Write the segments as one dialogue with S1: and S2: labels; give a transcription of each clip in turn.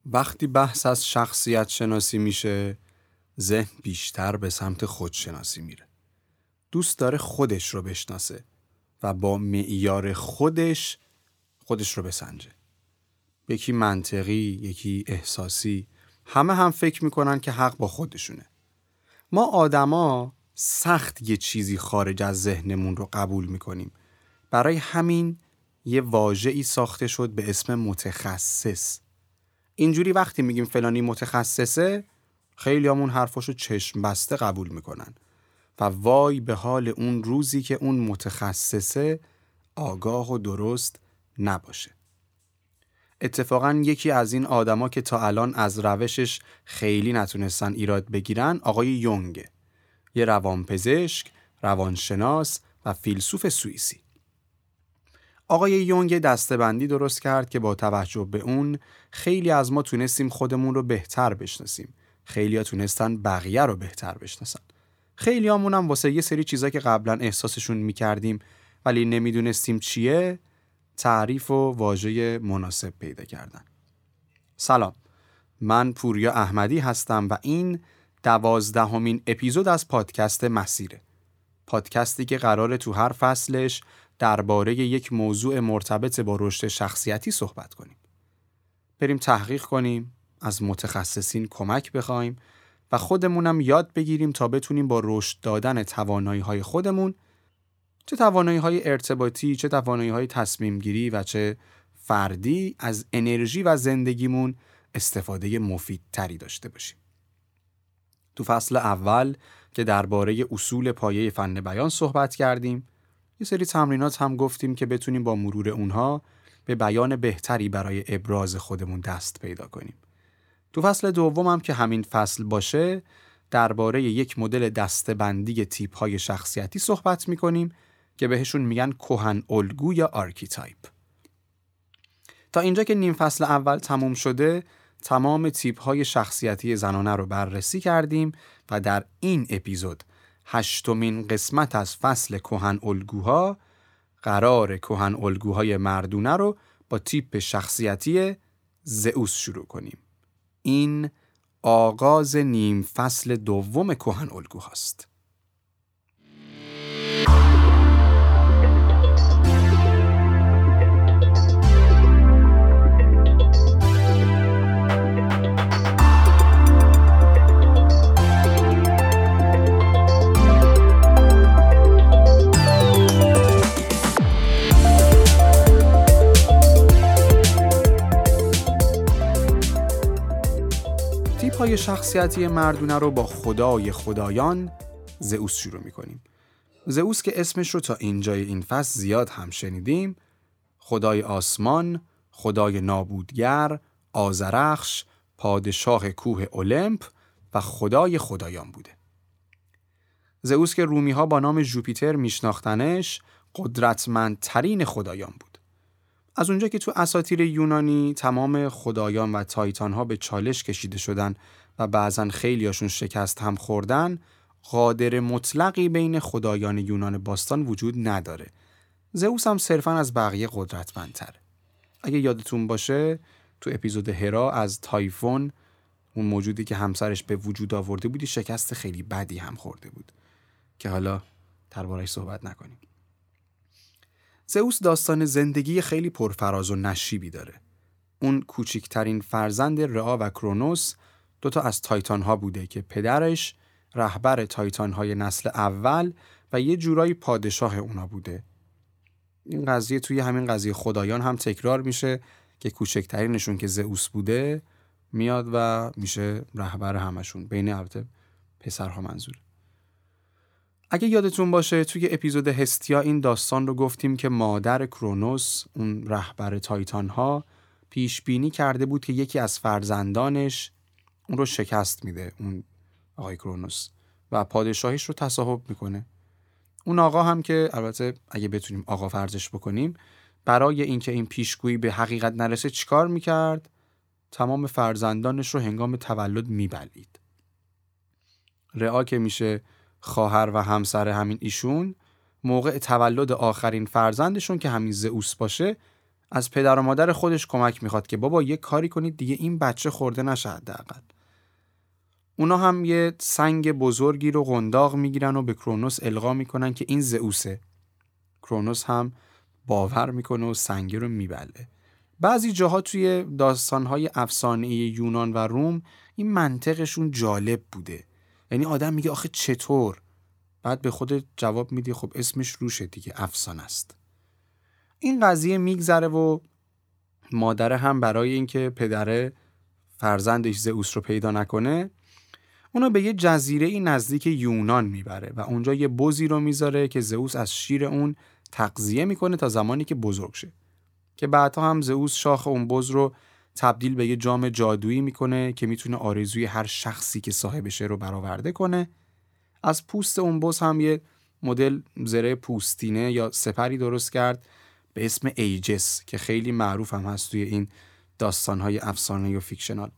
S1: وقتی بحث از شخصیت شناسی میشه، ذهن بیشتر به سمت خودشناسی میره. دوست داره خودش رو بشناسه و با معیار خودش رو بسنجه. یکی منطقی، یکی احساسی، همه هم فکر میکنن که حق با خودشونه. ما آدما سخت یه چیزی خارج از ذهنمون رو قبول میکنیم. برای همین یه واژه‌ای ساخته شد به اسم متخصص. اینجوری وقتی میگیم فلانی متخصصه، خیلیامون حرفاشو چشم بسته قبول میکنن و وای به حال اون روزی که اون متخصصه آگاه و درست نباشه. اتفاقاً یکی از این آدما که تا الان از روشش خیلی نتونستن ایراد بگیرن آقای یونگه، یه روانپزشک، روانشناس و فیلسوف سوئیسی. آقای یونگ دسته‌بندی درست کرد که با توجه به اون خیلی از ما تونستیم خودمون رو بهتر بشناسیم. خیلی‌ها تونستن بقیه رو بهتر بشناسن. خیلی‌هامون هم واسه یه سری چیزا که قبلا احساسشون می‌کردیم ولی نمیدونستیم چیه، تعریف و واژه مناسب پیدا کردن. سلام، من پوریا احمدی هستم و این 12مین اپیزود از پادکست مسیره. پادکستی که قراره تو هر فصلش درباره یک موضوع مرتبط با رشد شخصیتی صحبت کنیم. بریم تحقیق کنیم، از متخصصین کمک بخوایم و خودمونم یاد بگیریم تا بتونیم با رشد دادن توانایی‌های خودمون، چه توانایی‌های ارتباطی، چه توانایی‌های تصمیم گیری و چه فردی، از انرژی و زندگیمون استفاده مفیدتری داشته باشیم. تو فصل اول که درباره اصول پایه فن بیان صحبت کردیم، یه سری تمرینات هم گفتیم که بتونیم با مرور اونها به بیان بهتری برای ابراز خودمون دست پیدا کنیم. تو فصل دوم هم که همین فصل باشه، درباره یک مدل دسته‌بندی تیپ‌های شخصیتی صحبت می‌کنیم که بهشون میگن کهن الگو یا آرکیتایپ. تا اینجا که نیم فصل اول تموم شده، تمام تیپ‌های شخصیتی زنانه رو بررسی کردیم و در این اپیزود 8مین قسمت از فصل کهن الگوها قرار کهن الگوهای مردونه رو با تیپ شخصیتی زئوس شروع کنیم. این آغاز نیم فصل دوم کهن الگوهاست. تیپ‌های شخصیتی مردونه رو با خدای خدایان زئوس شروع می‌کنیم. زئوس که اسمش رو تا اینجای این فصل زیاد هم شنیدیم، خدای آسمان، خدای نابودگر، آذرخش، پادشاه کوه المپ و خدای خدایان بوده. زئوس که رومی‌ها با نام ژوپیتر میشناختنش، قدرتمندترین خدایان بود. از اونجا که تو اساطیر یونانی تمام خدایان و تایتان‌ها به چالش کشیده شدن و بعضن خیلیاشون شکست هم خوردن، قادر مطلقی بین خدایان یونان باستان وجود نداره. زئوس هم صرفاً از بقیه قدرتمندتره. اگه یادتون باشه تو اپیزود هرا از تایفون، اون موجودی که همسرش به وجود آورده بودی، شکست خیلی بدی هم خورده بود که حالا درباره‌اش صحبت نکنیم. زئوس داستان زندگی خیلی پرفراز و نشیبی داره. اون کوچکترین فرزند رئا و کرونوس، دوتا از تایتان ها بوده که پدرش رهبر تایتان های نسل اول و یه جورایی پادشاه اونا بوده. این قضیه توی همین قضیه خدایان هم تکرار میشه که کوچکترینشون که زئوس بوده میاد و میشه رهبر همشون، بین البته پسرها منظور. اگه یادتون باشه توی اپیزود هستیا این داستان رو گفتیم که مادر کرونوس، اون رهبر تایتان ها، پیش بینی کرده بود که یکی از فرزندانش اون رو شکست میده، اون آقای کرونوس، و پادشاهیش رو تصاحب میکنه. اون آقا هم که البته اگه بتونیم آقا فرضش بکنیم، برای اینکه این پیشگویی به حقیقت نرسه چیکار میکرد؟ تمام فرزندانش رو هنگام تولد میبلید. رئا که میشه خواهر و همسر همین ایشون، موقع تولد آخرین فرزندشون که همین زئوس باشه، از پدر و مادر خودش کمک میخواد که بابا یه کاری کنید دیگه این بچه خورده نشه حداقل. اونا هم یه سنگ بزرگی رو قنداق میگیرن و به کرونوس القا میکنن که این زئوسه. کرونوس هم باور میکنه و سنگ رو میبله. بعضی جاها توی داستانهای افسانه‌ای یونان و روم این منطقشون جالب بوده. یعنی آدم میگه آخه چطور؟ بعد به خودت جواب میدی خب اسمش روشه دیگه، افسانه است. این قضیه میگذره و مادره هم برای اینکه پدره فرزندش زئوس رو پیدا نکنه اونو به یه جزیره‌ای نزدیک یونان میبره و اونجا یه بزی رو میذاره که زئوس از شیر اون تغذیه میکنه تا زمانی که بزرگ شه. که بعدها هم زئوس شاخ اون بز رو تبدیل به یه جام جادویی میکنه که میتونه آرزوی هر شخصی که صاحبشه رو برآورده کنه. از پوست اون بز هم یه مدل زره پوستینه یا سپری درست کرد به اسم ایجس که خیلی معروف هم هست توی این داستان‌های افسانه‌ای و فیکشنال.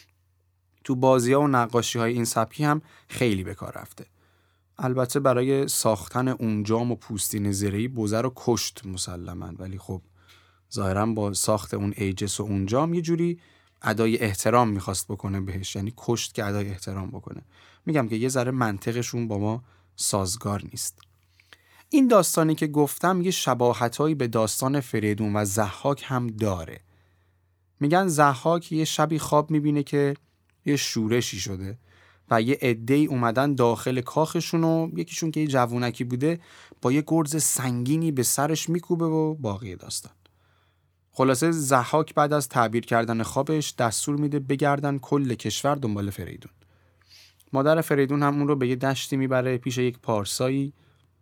S1: تو بازی‌ها و نقاشی‌های این سبکی هم خیلی به کار رفته. البته برای ساختن اون جام و پوستین زره‌ای بزه رو کشت مسلماً، ولی خب ظاهراً با ساخت اون ایجس و اون جام یه جوری ادای احترام می‌خواست بکنه بهش، یعنی کشت که ادای احترام بکنه. میگم که یه ذره منطقشون با ما سازگار نیست. این داستانی که گفتم یه شباهتایی به داستان فریدون و ضحاک هم داره. میگن ضحاک یه شبی خواب میبینه که یه شورشی شده و یه عده‌ای اومدن داخل کاخشون و یکیشون که یه جوونکی بوده با یه گرز سنگینی به سرش میکوبه و باقی داستان. خلاصه ضحاک بعد از تعبیر کردن خوابش دستور میده بگردن کل کشور دنبال فریدون. مادر فریدون هم اون رو به یه دشتی میبره پیش یک پارسایی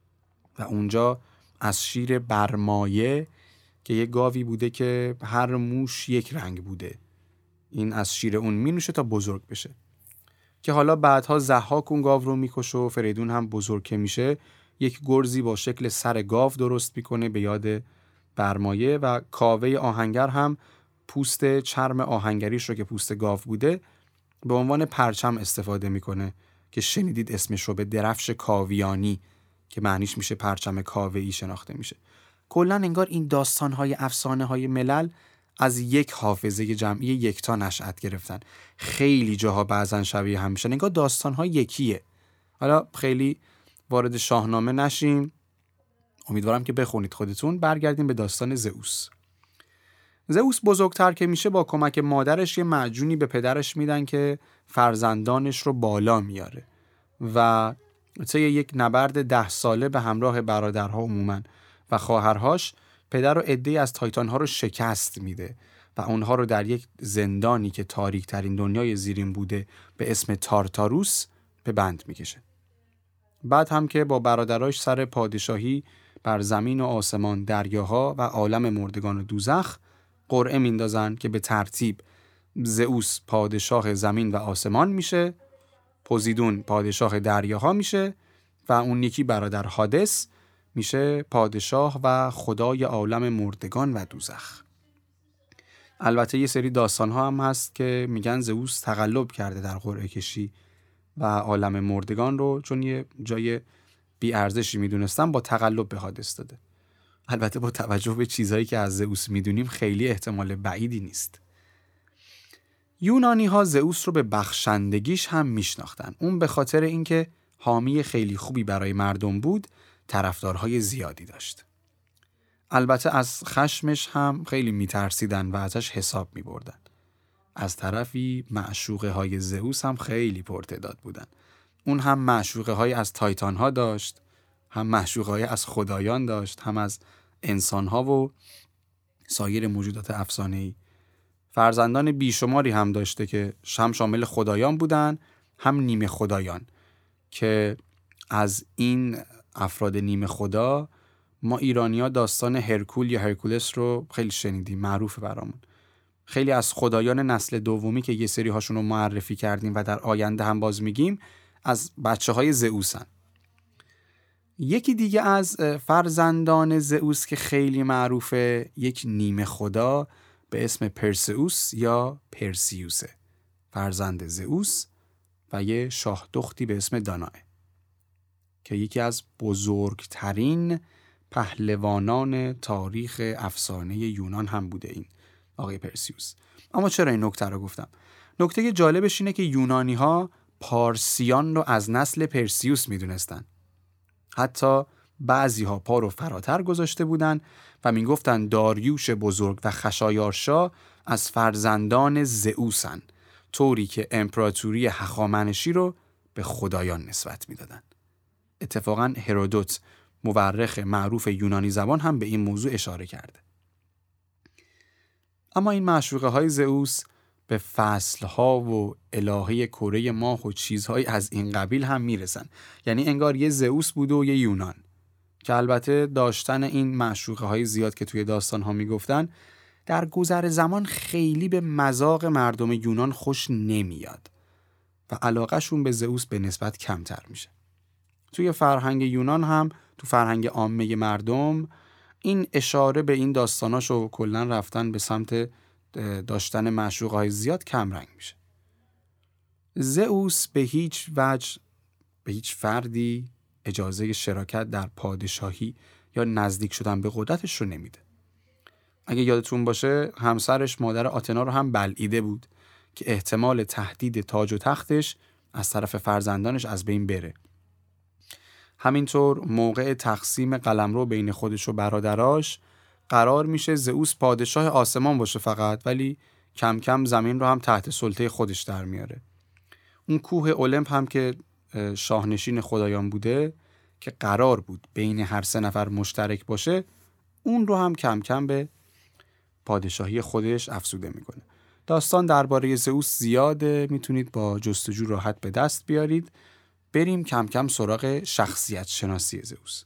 S1: و اونجا از شیر برمایه که یه گاوی بوده که هر موش یک رنگ بوده، این از شیر اون مینوشه تا بزرگ بشه. که حالا بعدها ضحاک اون گاو رو میکشه و فریدون هم بزرگ که میشه یک گرزی با شکل سر گاو درست میکنه به یاد برمایه و کاوه آهنگر هم پوست چرم آهنگریش رو که پوست گاو بوده به عنوان پرچم استفاده میکنه که شنیدید اسمش رو، به درفش کاویانی که معنیش میشه پرچم کاوه‌ای شناخته میشه. کلاً انگار این داستان‌های افسانه‌های ملل از یک حافظه جمعی یکتا نشأت گرفتن. خیلی جاها بعضن شبیه هم میشن، انگار داستان‌ها یکیه. حالا خیلی وارد شاهنامه نشیم، امیدوارم که بخونید خودتون. برگردیم به داستان زئوس. زئوس بزرگتر که میشه با کمک مادرش یه معجونی به پدرش میدن که فرزندانش رو بالا میاره و طی یک نبرد 10 ساله به همراه برادرها عموماً و خواهرهاش پدر و عده‌ای از تایتان‌ها رو شکست میده و اونها رو در یک زندانی که تاریک ترین دنیای زیرین بوده به اسم تارتاروس به بند میکشه. بعد هم که با برادراش سر پادشاهی بر زمین و آسمان، دریاها و عالم مردگان و دوزخ قرعه میندازن که به ترتیب زئوس پادشاه زمین و آسمان میشه، پوزیدون پادشاه دریاها میشه و اون یکی برادر هادس میشه پادشاه و خدای عالم مردگان و دوزخ. البته یه سری داستان‌ها هم هست که میگن زئوس تقلب کرده در قرعه کشی و عالم مردگان رو چون یه جای بی ارزشی میدونستن با تقلب به هادس داده. البته با توجه به چیزایی که از زئوس میدونیم خیلی احتمال بعیدی نیست. یونانی ها زئوس رو به بخشندگیش هم میشناختن. اون به خاطر اینکه حامی خیلی خوبی برای مردم بود طرفدارهای زیادی داشت. البته از خشمش هم خیلی میترسیدن و ازش حساب میبردن. از طرفی معشوقه های زئوس هم خیلی پرتعداد بودن. اون هم معشوقه های از تایتان ها داشت، هم معشوقه های از خدایان داشت، هم از انسان ها و سایر موجودات افسانه‌ای. فرزندان بیشماری هم داشته که هم شامل خدایان بودن هم نیمه خدایان که از این افراد نیمه خدا ما ایرانی‌ها داستان هرکول یا هرکولس رو خیلی شنیدیم، معروفه برامون. خیلی از خدایان نسل دومی که یه سری هاشون رو معرفی کردیم و در آینده هم باز میگیم از بچه‌های زئوسن. یکی دیگه از فرزندان زئوس که خیلی معروفه یک نیمه خدا به اسم پرسئوس یا پرسیوسه، فرزند زئوس و یه شاه دختی به اسم دانائه که یکی از بزرگترین پهلوانان تاریخ افسانه یونان هم بوده این آقای پرسیوس. اما چرا این نکته رو گفتم؟ نکته جالبش اینه که یونانی‌ها پارسیان رو از نسل پرسیوس میدونستن. حتی بعضی‌ها پا رو فراتر گذاشته بودن و میگفتن داریوش بزرگ و خشایارشا از فرزندان زئوسن، طوری که امپراتوری هخامنشی رو به خدایان نسبت میدادن. اتفاقاً هرودوت، مورخ معروف یونانی زبان، هم به این موضوع اشاره کرده. اما این معشوقه های زئوس به فصلها و الهه کره ماه و چیزهای از این قبیل هم میرسن. یعنی انگار یه زئوس بود و یه یونان، که البته داشتن این معشوقه های زیاد که توی داستان ها میگفتن در گذر زمان خیلی به مذاق مردم یونان خوش نمیاد و علاقهشون به زئوس به نسبت کمتر میشه. توی فرهنگ یونان هم، تو فرهنگ عامه مردم، این اشاره به این داستاناشو کلاً رفتن به سمت داشتن معشوقه‌های زیاد کم رنگ میشه. زئوس به هیچ وجه به هیچ فردی اجازه شراکت در پادشاهی یا نزدیک شدن به قدرتش رو نمیده. اگه یادتون باشه همسرش مادر آتنا رو هم بلعیده بود که احتمال تهدید تاج و تختش از طرف فرزندانش از بین بره. همینطور موقع تقسیم قلمرو بین خودش و برادراش قرار میشه زئوس پادشاه آسمان باشه فقط، ولی کم کم زمین رو هم تحت سلطه خودش در میاره. اون کوه المپ هم که شاهنشین خدایان بوده که قرار بود بین هر 3 نفر مشترک باشه، اون رو هم کم کم به پادشاهی خودش افزوده میکنه. داستان درباره زئوس زیاده، میتونید با جستجو راحت به دست بیارید. بریم کم کم سراغ شخصیت شناسی زئوس.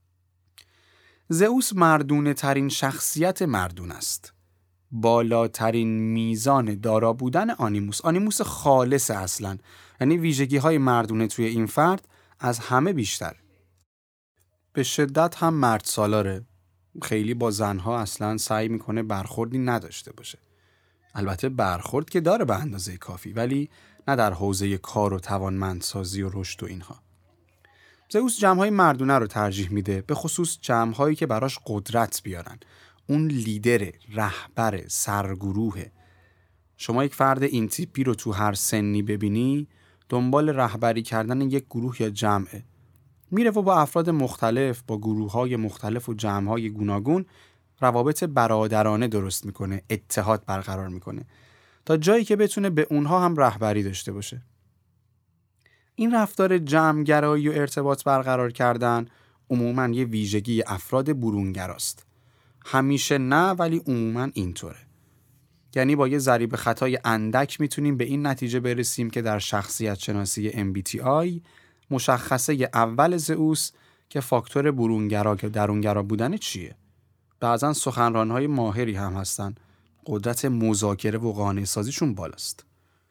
S1: زئوس مردونه ترین شخصیت مردون است. بالاترین میزان دارا بودن آنیموس خالص اصلا، یعنی ویژگی های مردونه توی این فرد از همه بیشتر. به شدت هم مرد سالاره، خیلی با زنها اصلا سعی میکنه برخوردی نداشته باشه. البته برخورد که داره به اندازه کافی، ولی نه در حوزه کار و توانمندسازی و رشد و اینها. زئوس جمع‌های مردونه رو ترجیح میده، به خصوص جمع‌هایی که براش قدرت بیارن. اون لیدر، رهبر، سرگروه. شما یک فرد این تیپی رو تو هر سنی ببینی، دنبال رهبری کردن یک گروه یا جمعه. میره و با افراد مختلف، با گروه‌های مختلف و جمع‌های گوناگون روابط برادرانه درست میکنه، اتحاد برقرار میکنه تا جایی که بتونه به اونها هم رهبری داشته باشه. این رفتار جمع‌گرایی و ارتباط برقرار کردن عموماً یه ویژگی افراد برونگراست. همیشه نه، ولی عموماً اینطوره. یعنی با یه ضریب خطای اندک میتونیم به این نتیجه برسیم که در شخصیت شناسی MBTI مشخصه اول زئوس که فاکتور برونگرا که درونگرا بودن چیه؟ بعضن سخنران‌های ماهری هم هستن، قدرت مذاکره و قانع سازیشون بالاست.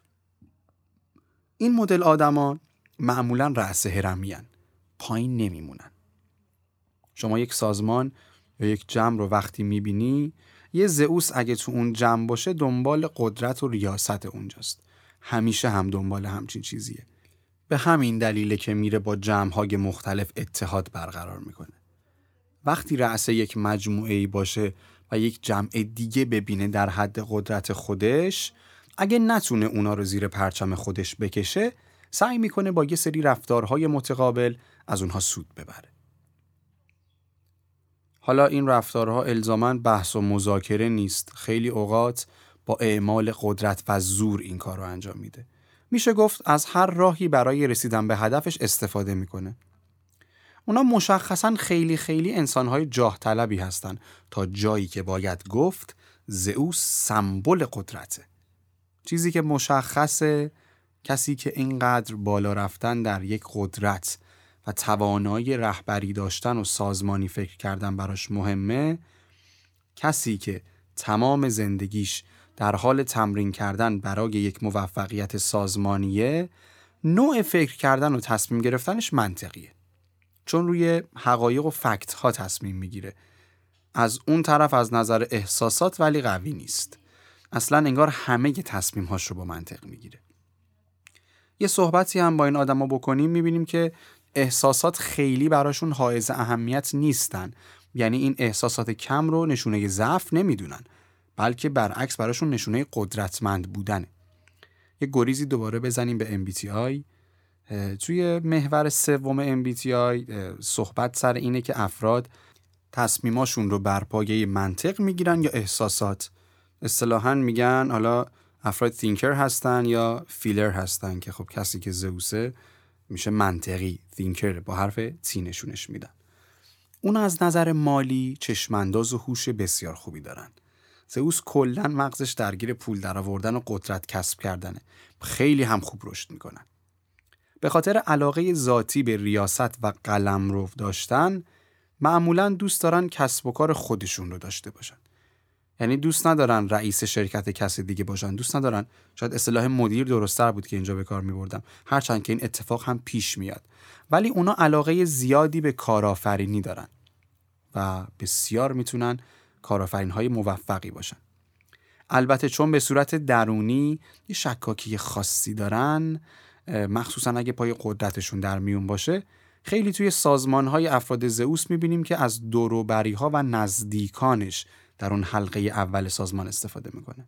S1: این مدل آدما معمولاً رأس هرمیان، پایین نمیمونن. شما یک سازمان یا یک جمع رو وقتی میبینی، یه زئوس اگه تو اون جمع باشه دنبال قدرت و ریاست اونجاست. همیشه هم دنبال همچین چیزیه. به همین دلیله که میره با جمع‌های مختلف اتحاد برقرار میکنه. وقتی رأس یک مجموعه‌ای باشه و یک جمع دیگه ببینه در حد قدرت خودش، اگه نتونه اونا رو زیر پرچم خودش بکشه، سعی میکنه با یه سری رفتارهای متقابل از اونها سود ببره. حالا این رفتارها الزاماً بحث و مذاکره نیست. خیلی اوقات با اعمال قدرت و زور این کار رو انجام میده. میشه گفت از هر راهی برای رسیدن به هدفش استفاده میکنه. اونا مشخصاً خیلی انسانهای جاه طلبی هستن، تا جایی که باید گفت زئوس سمبل قدرته. چیزی که مشخصه کسی که اینقدر بالا رفتن در یک قدرت و توانایی رهبری داشتن و سازمانی فکر کردن براش مهمه، کسی که تمام زندگیش در حال تمرین کردن برای یک موفقیت سازمانیه، نوع فکر کردن و تصمیم گرفتنش منطقیه، چون روی حقایق و فکت ها تصمیم میگیره. از اون طرف از نظر احساسات ولی قوی نیست. اصلا انگار همه تصمیم هاش رو با منطق میگیره. یه صحبتی هم با این آدما بکنیم میبینیم که احساسات خیلی براشون حائز اهمیت نیستن. یعنی این احساسات کم رو نشونه ضعف نمیدونن، بلکه برعکس براشون نشونه قدرتمند بودنه. یه گریزی دوباره بزنیم به MBTI. توی محور سوم MBTI صحبت سر اینه که افراد تصمیماشون رو بر پایه منطق میگیرن یا احساسات. اصطلاحاً میگن حالا افراد تینکر هستن یا فیلر هستن، که خب کسی که زئوسه میشه منطقی، تینکر با حرف تی نشونش میدن. اون از نظر مالی چشمانداز و هوش بسیار خوبی دارن. زئوس کلاً مغزش درگیر پول درآوردن و قدرت کسب کردنه. خیلی هم خوب رشد میکنن. به خاطر علاقه ذاتی به ریاست و قلمرو داشتن، معمولاً دوست دارن کسب و کار خودشون رو داشته باشن. یعنی دوست ندارن رئیس شرکت کسی دیگه باشن، دوست ندارن، شاید اصطلاح مدیر درست‌تر بود که اینجا به کار می‌بردم، هرچند که این اتفاق هم پیش میاد، ولی اونا علاقه زیادی به کارآفرینی دارن و بسیار میتونن کارآفرین‌های موفقی باشن. البته چون به صورت درونی یه شکاکی خاصی دارن، مخصوصا اگه پای قدرتشون در میون باشه، خیلی توی سازمان‌های افراد زئوس می‌بینیم که از دور و بری‌ها و نزدیکانش در اون حلقه اول سازمان استفاده میکنه.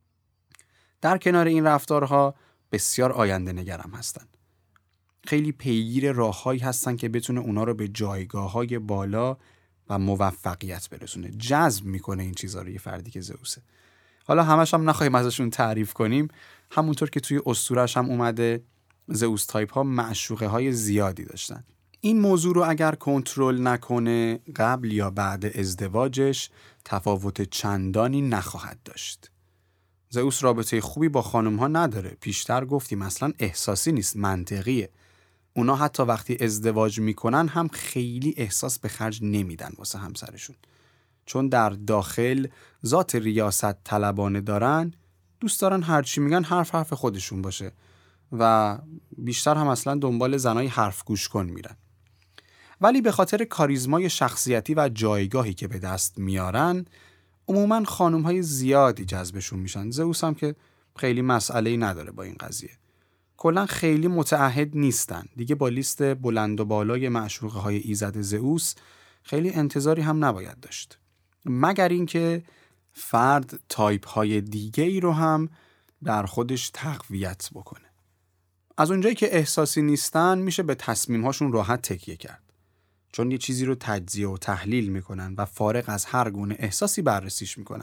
S1: در کنار این رفتارها بسیار آینده نگرم هستن. خیلی پیگیر راههایی هستن که بتونه اونا رو به جایگاه‌های بالا و موفقیت برسونه. جذب میکنه این چیزا رو یه فردی که زئوسه. حالا همش هم نخواهیم ازشون تعریف کنیم، همونطور که توی اسطوره‌اش هم اومده زئوس تایپ ها معشوقه های زیادی داشتن. این موضوع رو اگر کنترل نکنه قبل یا بعد ازدواجش تفاوت چندانی نخواهد داشت. زئوس رابطه خوبی با خانم ها نداره. پیشتر گفتیم اصلا احساسی نیست، منطقیه. اونا حتی وقتی ازدواج میکنن هم خیلی احساس به خرج نمیدن واسه همسرشون. چون در داخل ذات ریاست طلبانه دارن، دوست دارن هرچی میگن حرف خودشون باشه و بیشتر هم اصلا دنبال زنای حرف گوش کن میرن. ولی به خاطر کاریزمای شخصیتی و جایگاهی که به دست میارن، عموماً خانم‌های زیادی جذبشون میشن. زئوس هم که خیلی مسئله‌ای نداره با این قضیه. کلاً خیلی متعهد نیستن. دیگه با لیست بلند و بالای معشوقه‌های ایزد زئوس خیلی انتظاری هم نباید داشت. مگر اینکه فرد تایپ‌های دیگه‌ای رو هم در خودش تقویت بکنه. از اونجایی که احساسی نیستن، میشه به تصمیم‌هاشون راحت تکیه کرد. چون یه چیزی رو تجزیه و تحلیل میکنن و فارغ از هر گونه احساسی بررسیش میکنن.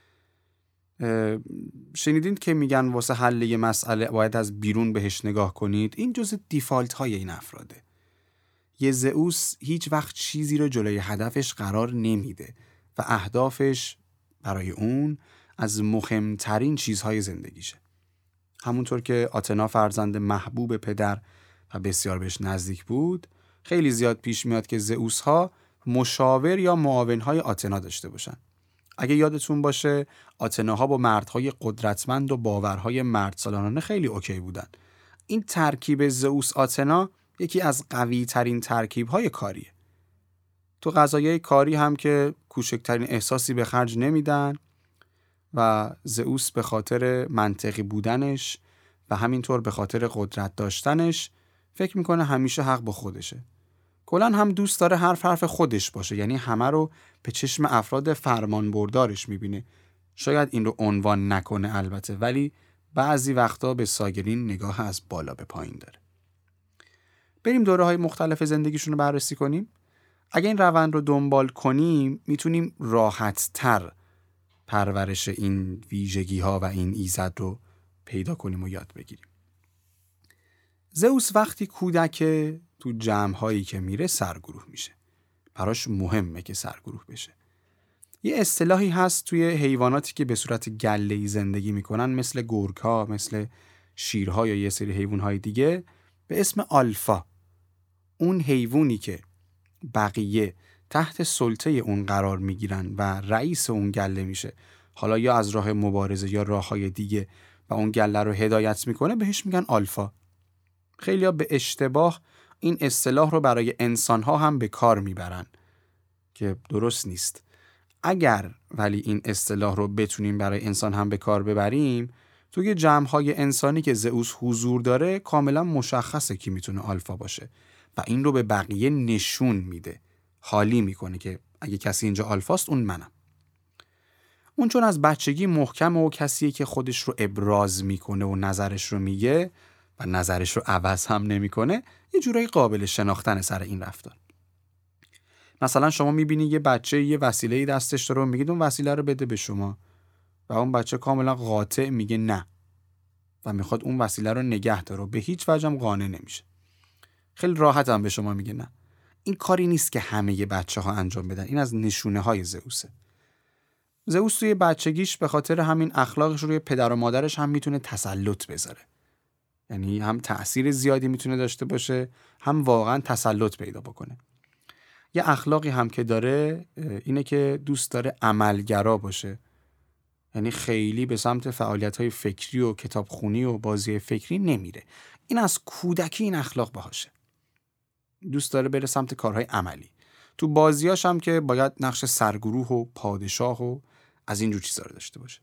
S1: شنیدین که میگن واسه حل یه مسئله باید از بیرون بهش نگاه کنید؟ این جزء دیفالت های این افراده. یه زئوس هیچ وقت چیزی رو جلوی هدفش قرار نمیده و اهدافش برای اون از مهمترین چیزهای زندگیشه. همونطور که آتنا فرزند محبوب پدر و بسیار بهش نزدیک بود، خیلی زیاد پیش میاد که زئوس ها مشاور یا معاون های آتنا داشته باشن. اگه یادتون باشه آتناها با مردهای قدرتمند و باورهای مردسالارانه خیلی اوکی بودن. این ترکیب زئوس آتنا یکی از قوی ترین ترکیب های کاریه. تو قضایای کاری هم که کوچکترین احساسی به خرج نمیدن و زئوس به خاطر منطقی بودنش و همینطور به خاطر قدرت داشتنش فکر میکنه همیشه حق با خودشه. کلاً هم دوست داره حرف خودش باشه، یعنی همه رو به چشم افراد فرمان بردارش میبینه. شاید این رو عنوان نکنه البته، ولی بعضی وقتا به سایرین نگاه از بالا به پایین داره. بریم دوره‌های مختلف زندگیشون رو بررسی کنیم. اگه این روند رو دنبال کنیم میتونیم راحت‌تر پرورش این ویژگی‌ها و این ایزد رو پیدا کنیم و یاد بگیریم. زئوس وقتی کودکه تو جمع‌هایی که میره سرگروه میشه. براش مهمه که سرگروه بشه. یه اصطلاحی هست توی حیواناتی که به صورت گله‌ای زندگی میکنن، مثل گرگ‌ها، مثل شیرها یا یه سری حیوان‌های دیگه، به اسم آلفا. اون حیوانی که بقیه تحت سلطه اون قرار میگیرن و رئیس اون گله میشه، حالا یا از راه مبارزه یا راه‌های دیگه، و اون گله رو هدایت میکنه، بهش میگن آلفا. خیلی‌ها به اشتباه این اصطلاح رو برای انسان‌ها هم به کار میبرن که درست نیست. اگر ولی این اصطلاح رو بتونیم برای انسان هم به کار ببریم، توی جمع‌های انسانی که زئوس حضور داره کاملا مشخصه کی میتونه آلفا باشه و این رو به بقیه نشون میده، حالی میکنه که اگه کسی اینجا آلفاست اون منم. اون چون از بچگی محکم و کسیه که خودش رو ابراز میکنه و نظرش رو میگه و نظرش رو عوض هم نمیکنه، یه جورایی قابل شناختن سر این رفتار. مثلا شما میبینی یه بچه یه وسیله دستش داره و میگید اون وسیله رو بده به شما و اون بچه کاملا قاطع میگه نه و میخواد اون وسیله رو نگه داره و به هیچ وجه هم قانع نمیشه. خیلی راحت هم به شما میگه نه. این کاری نیست که همه بچه‌ها انجام بدن. این از نشونه‌های زئوسه. زئوس توی بچگیش به خاطر همین اخلاقش روی پدر و مادرش هم میتونه تسلط بذاره. یعنی هم تأثیر زیادی میتونه داشته باشه، هم واقعا تسلط پیدا بکنه. یه اخلاقی هم که داره اینه که دوست داره عملگرا باشه. یعنی خیلی به سمت فعالیت‌های فکری و کتابخونی و بازی فکری نمیره. این از کودکی این اخلاق باهاشه. دوست داره بره سمت کارهای عملی. تو بازیاش هم که باید نقش سرگروه و پادشاه و از اینجور چیزا رو داشته باشه.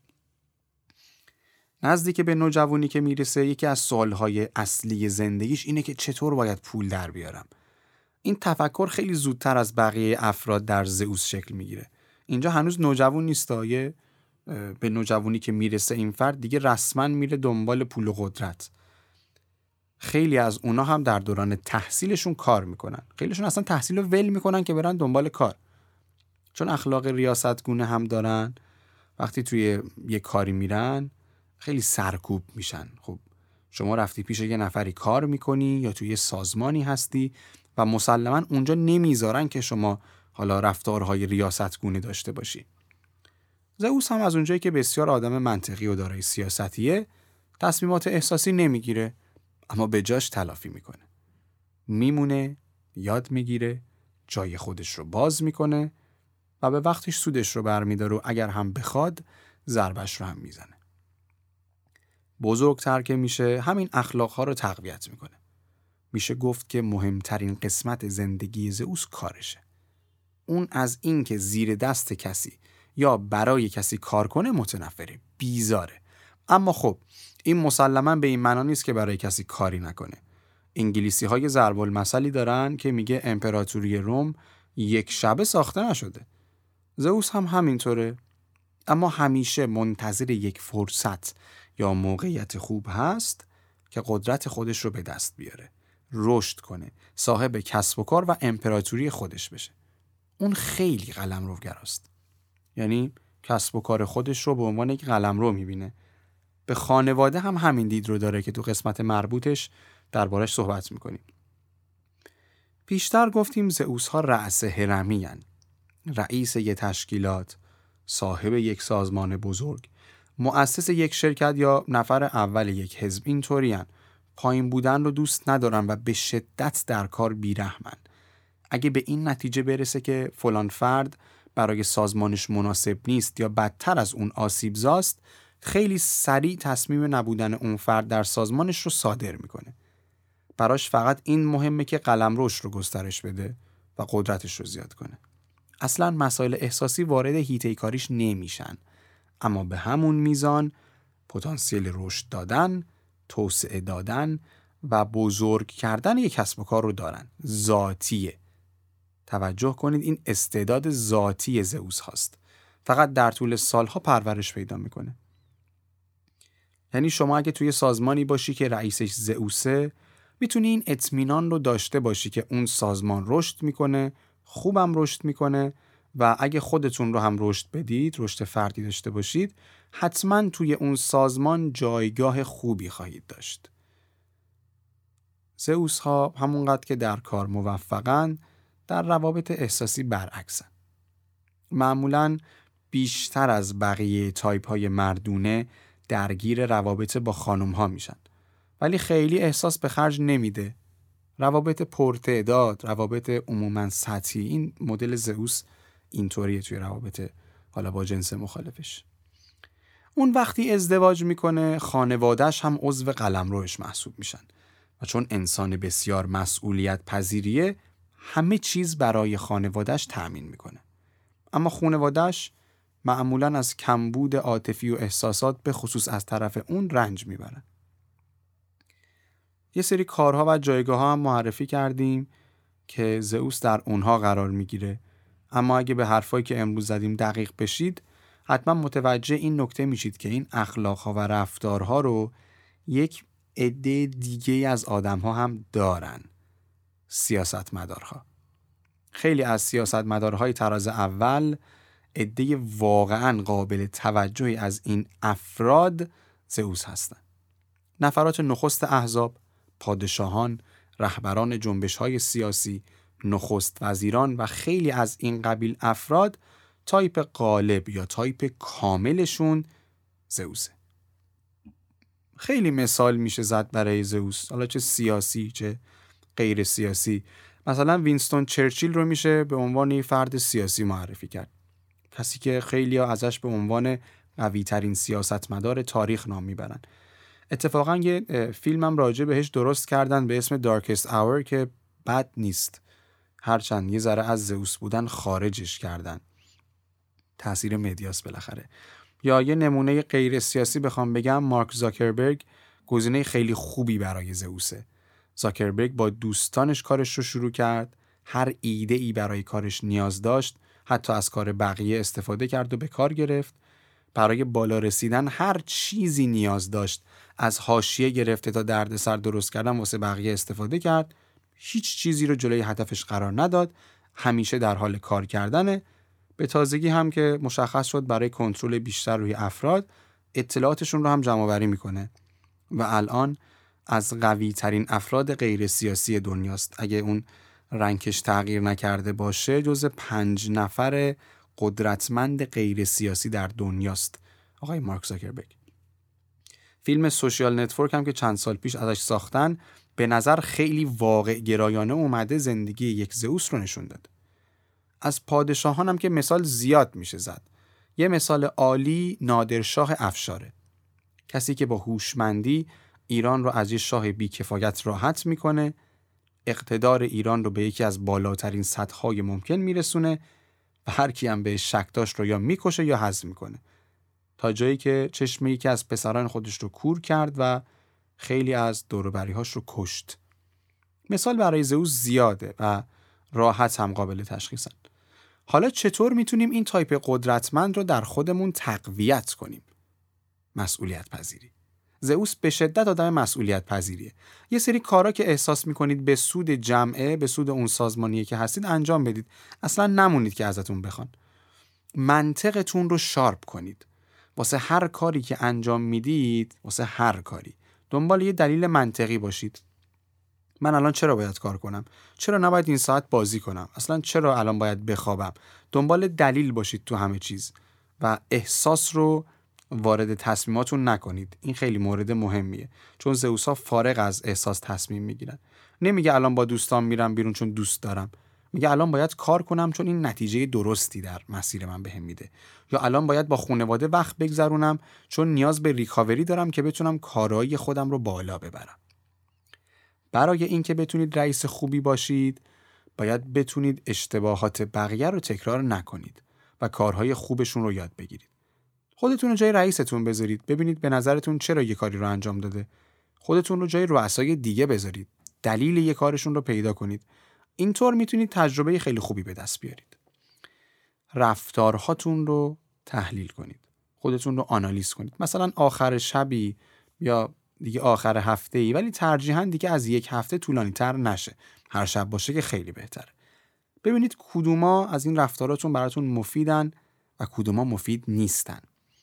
S1: نزدیک به نوجوانی که میرسه، یکی از سوالهای اصلی زندگیش اینه که چطور باید پول در بیارم. این تفکر خیلی زودتر از بقیه افراد در زئوس شکل میگیره. اینجا هنوز نوجوان نیست، به نوجوانی که میرسه این فرد دیگه رسما میره دنبال پول و قدرت. خیلی از اونا هم در دوران تحصیلشون کار میکنن. خیلیشون اصلا تحصیل رو ول میکنن که برن دنبال کار. چون اخلاق ریاستگونه هم دارن، وقتی توی یه کاری میرن خیلی سرکوب میشن. خب شما رفتی پیش یه نفری کار میکنی یا توی یه سازمانی هستی و مسلماً اونجا نمیذارن که شما حالا رفتارهای ریاستگونه داشته باشی. زئوس هم از اونجایی که بسیار آدم منطقی و دارای سیاستیه، تصمیمات احساسی نمیگیره، اما به جاش تلافی میکنه. میمونه، یاد میگیره، جای خودش رو باز میکنه و به وقتش سودش رو برمیداره و اگر هم بخواد ضربش رو هم میزنه. بزرگتر که میشه همین اخلاقها رو تقویت میکنه. میشه گفت که مهمترین قسمت زندگی زئوس کارشه. اون از این که زیر دست کسی یا برای کسی کار کنه متنفره، بیزاره. اما خب این مسلماً به این معنا نیست که برای کسی کاری نکنه. انگلیسی‌های ضرب المثلی دارن که میگه امپراتوری روم یک شبه ساخته نشده. زئوس هم همینطوره، اما همیشه منتظر یک فرصت یا موقعیت خوب هست که قدرت خودش رو به دست بیاره، رشد کنه، صاحب کسب و کار و امپراتوری خودش بشه. اون خیلی قلمروگراست. یعنی کسب و کار خودش رو به عنوان یک قلمرو میبینه. به خانواده هم همین دید رو داره که تو قسمت مربوطش دربارش صحبت میکنیم. پیشتر گفتیم زئوس ها رأس هرمی هن. رئیس یک تشکیلات، صاحب یک سازمان بزرگ، مؤسس یک شرکت یا نفر اول یک حزب اینطوری هن. پایین بودن رو دوست ندارن و به شدت در کار بیرحمن. اگه به این نتیجه برسه که فلان فرد برای سازمانش مناسب نیست یا بدتر از اون آسیبزاست، خیلی سریع تصمیم نبودن اون فرد در سازمانش رو صادر میکنه. براش فقط این مهمه که قلمروش رو گسترش بده و قدرتش رو زیاد کنه. اصلا مسائل احساسی وارد حیطه کاریش نمیشن، اما به همون میزان پتانسیل رشد دادن، توسعه دادن و بزرگ کردن یک کسب و کار رو دارن. ذاتیه. توجه کنید این استعداد ذاتی زئوس هاست. فقط در طول سالها پرورش پیدا میکنه. یعنی شما اگه توی سازمانی باشی که رئیسش زئوسه، میتونی این اطمینان رو داشته باشی که اون سازمان رشد میکنه، خوبم رشد میکنه و اگه خودتون رو هم رشد بدید، رشد فردی داشته باشید، حتما توی اون سازمان جایگاه خوبی خواهید داشت. زئوس ها همونقدر که در کار موفقن، در روابط احساسی برعکسن. معمولاً بیشتر از بقیه تایپ های مردونه درگیر روابط با خانم ها میشن، ولی خیلی احساس به خرج نمیده. روابط پرتعداد، روابط عموماً سطحی، این مدل زئوس اینطوریه توی روابط حالا با جنس مخالفش. اون وقتی ازدواج میکنه، خانواده‌اش هم عضو قلمروش محسوب میشن و چون انسان بسیار مسئولیت پذیریه، همه چیز برای خانواده‌اش تأمین میکنه. اما خانواده‌اش معمولاً از کمبود عاطفی و احساسات به خصوص از طرف اون رنج میبرن. یه سری کارها و جایگاه‌ها هم معرفی کردیم که زئوس در اونها قرار میگیره اما اگه به حرفایی که امروز زدیم دقیق بشید حتما متوجه این نکته میشید که این اخلاق‌ها و رفتارها رو یک عده دیگه از آدم‌ها هم دارن. سیاستمدارها. خیلی از سیاستمدارهای طراز اول عده واقعاً قابل توجهی از این افراد زئوس هستند. نفرات نخست احزاب، پادشاهان، رهبران جنبش‌های سیاسی، نخست وزیران و خیلی از این قبیل افراد تایپ غالب یا تایپ کاملشون زئوسه. خیلی مثال میشه زد برای زئوس، حالا چه سیاسی چه غیر سیاسی. مثلا وینستون چرچیل رو میشه به عنوان یک فرد سیاسی معرفی کرد. کسی که خیلی‌ها ازش به عنوان قوی‌ترین سیاستمدار تاریخ نام میبرن. اتفاقا یه فیلمم راجع بهش درست کردن به اسم دارکست آور که بد نیست. هرچند یه ذره از زئوس بودن خارجش کردن. تأثیر مدیاست بالاخره. یا یه نمونه غیر سیاسی بخوام بگم، مارک زاکربرگ گزینه خیلی خوبی برای زئوسه. زاکربرگ با دوستانش کارش رو شروع کرد، هر ایده ای برای کارش نیاز داشت، حتی از کار بقیه استفاده کرد و به کار گرفت. برای بالا رسیدن هر چیزی نیاز داشت، از حاشیه گرفته تا دردسر درست کردن واسه بقیه استفاده کرد. هیچ چیزی رو جلوی هدفش قرار نداد، همیشه در حال کار کردنه. به تازگی هم که مشخص شد برای کنترل بیشتر روی افراد اطلاعاتشون رو هم جمع آوری میکنه و الان از قوی ترین افراد غیر سیاسی دنیاست. اگه اون رنکش تغییر نکرده باشه جزو 5 نفر قدرتمند غیر سیاسی در دنیاست آقای مارک زاکربرگ. فیلم سوشیال نتورک هم که چند سال پیش ازش ساختن به نظر خیلی واقع گرایانه اومده زندگی یک زئوس رو نشون داد. از پادشاهان هم که مثال زیاد میشه زد. یه مثال عالی نادرشاه افشاره. کسی که با هوشمندی ایران رو از یه شاه بی‌کفایت راحت میکنه، اقتدار ایران رو به یکی از بالاترین سطح‌های ممکن میرسونه و هر کی هم به شک داشت رو یا میکشه یا حذف میکنه. تا جایی که چشم یکی از پسران خودش رو کور کرد و خیلی از دور و بری‌هاش رو کشت. مثال برای زئوس زیاده و راحت هم قابل تشخیصن. حالا چطور میتونیم این تایپ قدرتمند رو در خودمون تقویت کنیم؟ مسئولیت پذیری. زئوس به شدت آدم مسئولیت پذیریه. یه سری کارا که احساس میکنید به سود جمعه، به سود اون سازمانیه که هستید انجام بدید. اصلا نمونید که ازتون بخوان. منطقتون رو شارپ کنید. واسه هر کاری که انجام میدید، واسه هر کاری دنبال یه دلیل منطقی باشید. من الان چرا باید کار کنم؟ چرا نباید این ساعت بازی کنم؟ اصلا چرا الان باید بخوابم؟ دنبال دلیل باشید تو همه چیز و احساس رو وارد تصمیماتون نکنید. این خیلی مورد مهمیه، چون زئوس‌ها فارغ از احساس تصمیم میگیرن. نمیگه الان با دوستان میرم بیرون چون دوست دارم. میگه الان باید کار کنم چون این نتیجه درستی در مسیر من بهم میده. یا الان باید با خانواده وقت بگذرونم چون نیاز به ریکاوری دارم که بتونم کارایی خودم رو بالا ببرم. برای اینکه بتونید رئیس خوبی باشید، باید بتونید اشتباهات بقیه رو تکرار نکنید و کارهای خوبشون رو یاد بگیرید. خودتون رو جای رئیستون بذارید، ببینید به نظرتون چرا یه کاری رو انجام داده. خودتون رو جای رؤسای دیگه بذارید، دلیل یه کارشون رو پیدا کنید. اینطور میتونید تجربه خیلی خوبی به دست بیارید. رفتارهاتون رو تحلیل کنید. خودتون رو آنالیز کنید. مثلا آخر شبی یا دیگه آخر هفته‌ای، ولی ترجیحاً دیگه از یک هفته طولانی تر نشه. هر شب باشه که خیلی بهتره. ببینید کدوما از این رفتاراتون براتون مفیدن و کدوما مفید نیستن.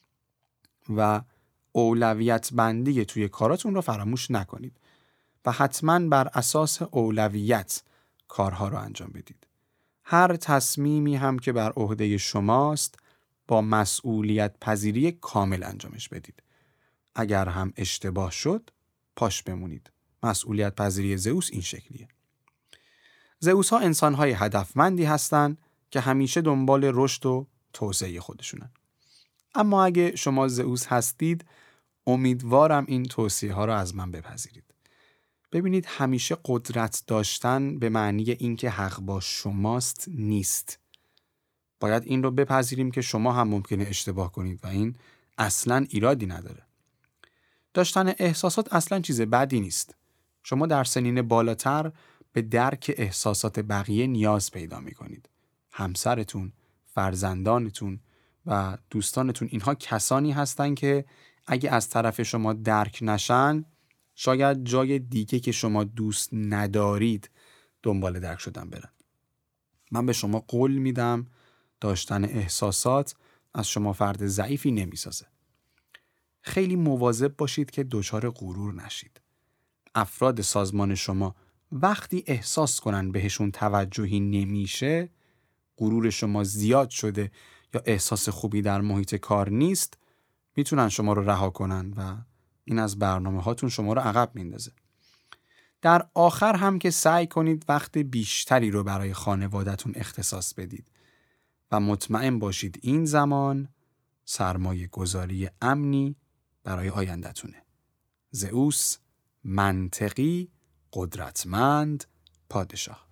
S1: و اولویت بندی توی کاراتون رو فراموش نکنید و حتماً بر اساس اولویت کارها رو انجام بدید. هر تصمیمی هم که بر عهده شماست با مسئولیت پذیری کامل انجامش بدید. اگر هم اشتباه شد پاش بمونید. مسئولیت پذیری زئوس این شکلیه. زئوس ها انسان های هدفمندی هستن که همیشه دنبال رشد و توسعه خودشونن. اما اگه شما زئوس هستید، امیدوارم این توصیه ها رو از من بپذیرید. ببینید همیشه قدرت داشتن به معنی اینکه حق با شماست نیست. باید این رو بپذیریم که شما هم ممکنه اشتباه کنید و این اصلاً ایرادی نداره. داشتن احساسات اصلاً چیز بدی نیست. شما در سنین بالاتر به درک احساسات بقیه نیاز پیدا می‌کنید. همسرتون، فرزندانتون و دوستانتون، اینها کسانی هستن که اگه از طرف شما درک نشن، شاید جای دیگه که شما دوست ندارید دنبال درک شدن برن. من به شما قول میدم داشتن احساسات از شما فرد ضعیفی نمیسازه. خیلی مواظب باشید که دچار غرور نشید. افراد سازمان شما وقتی احساس کنن بهشون توجهی نمیشه، غرور شما زیاد شده یا احساس خوبی در محیط کار نیست، میتونن شما رو رها کنن و این از برنامه هاتون شما رو عقب میندازه. در آخر هم که سعی کنید وقت بیشتری رو برای خانواده‌تون اختصاص بدید و مطمئن باشید این زمان سرمایه گذاری امنی برای آینده‌تونه. زئوس، منطقی، قدرتمند، پادشاه.